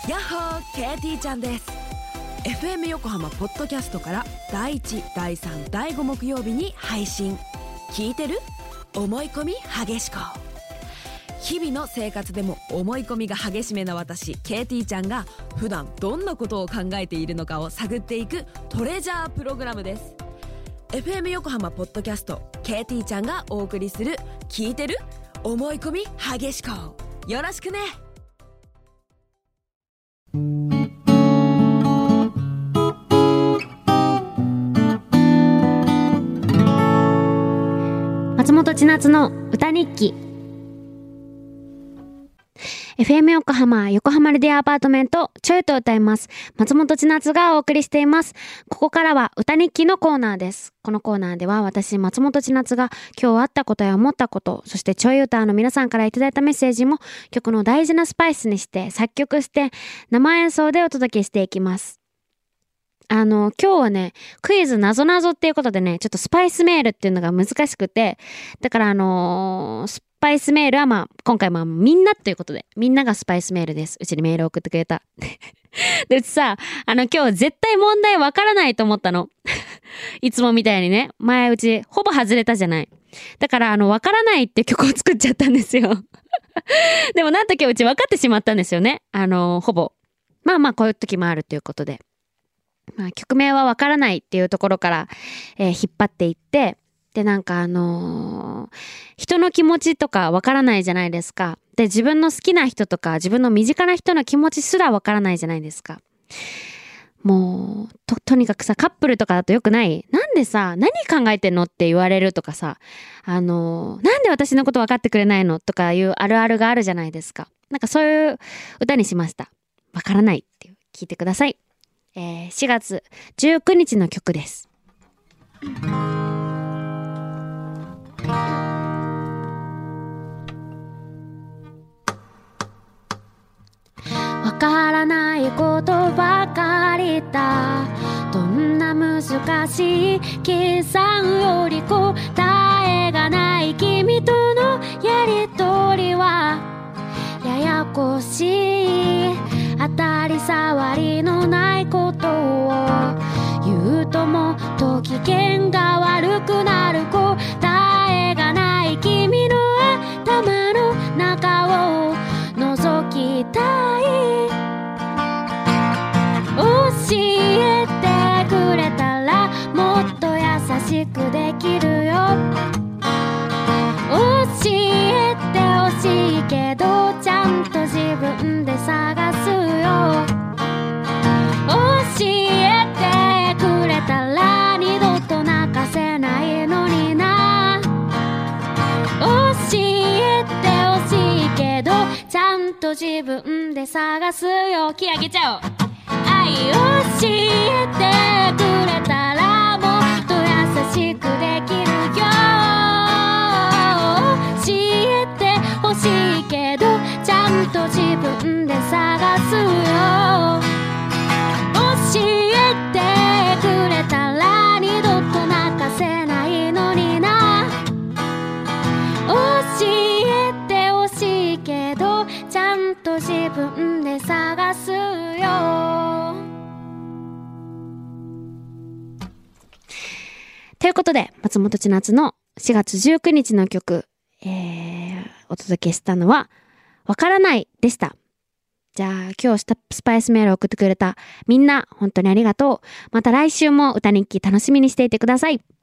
やっほー、KT ちゃんです。 FM 横浜ポッドキャストから第1、第3、第5木曜日に配信。聞いてる？思い込み激しこ。日々の生活でも思い込みが激しめな私 KT ちゃんが普段どんなことを考えているのかを探っていくトレジャープログラムです。 FM 横浜ポッドキャスト KT ちゃんがお送りする聞いてる？思い込み激しこ。よろしくね。 松本千夏の歌日記。 FM 横浜横浜レディアアパートメントちょいと歌います。松本千夏がお送りしています。ここからは歌日記のコーナーです。このコーナーでは私松本千夏が今日あったことや思ったこと、そしてちょい歌の皆さんからいただいたメッセージも曲の大事なスパイスにして作曲して生演奏でお届けしていきます。今日はね、クイズなぞなぞっていうことでね、ちょっとスパイスメールっていうのが難しくて、だからスパイスメールは今回みんなということで、みんながスパイスメールです。うちにメールを送ってくれた。で、うちさ、今日絶対問題わからないと思ったの。いつもみたいにね、前うちほぼ外れたじゃない。だからわからないって曲を作っちゃったんですよ。でもなんと今日うち分かってしまったんですよね。ほぼ。こういう時もあるということで。曲名はわからないっていうところから、引っ張っていって、で人の気持ちとかわからないじゃないですか。で自分の好きな人とか自分の身近な人の気持ちすらわからないじゃないですか。もうとにかくさ、カップルとかだとよくない？なんでさ、何考えてんのって言われるとかさ、なんで私のこと分かってくれないのとかいうあるあるがあるじゃないですか。なんかそういう歌にしました。わからないっていう、聞いてください。4月19日の曲です。わからないことばかりだ。どんな難しい計算より答えがない君とのやりとりはややこしい。当たり障りのないことを言うともっと機嫌が悪くなる。答えがない君の頭の中を覗きたい。教えてくれたらもっと優しくできるよ。教えてほしいけどちゃんと自分で探すよ。教えてくれたら二度と泣かせないのにな。教えてほしいけどちゃんと自分で探すよ。気上げちゃおう。愛教えてくれたらもっと優しくできるよ。教えてほしいけどちゃんと自分で探すよ。教えてくれたら二度と泣かせないのにな。教えてほしいけどちゃんと自分で探すよ。ということで松本千夏の4月19日の曲、お届けしたのはわからないでした。じゃあ今日スパイスメールを送ってくれたみんな本当にありがとう。また来週も歌日記楽しみにしていてください。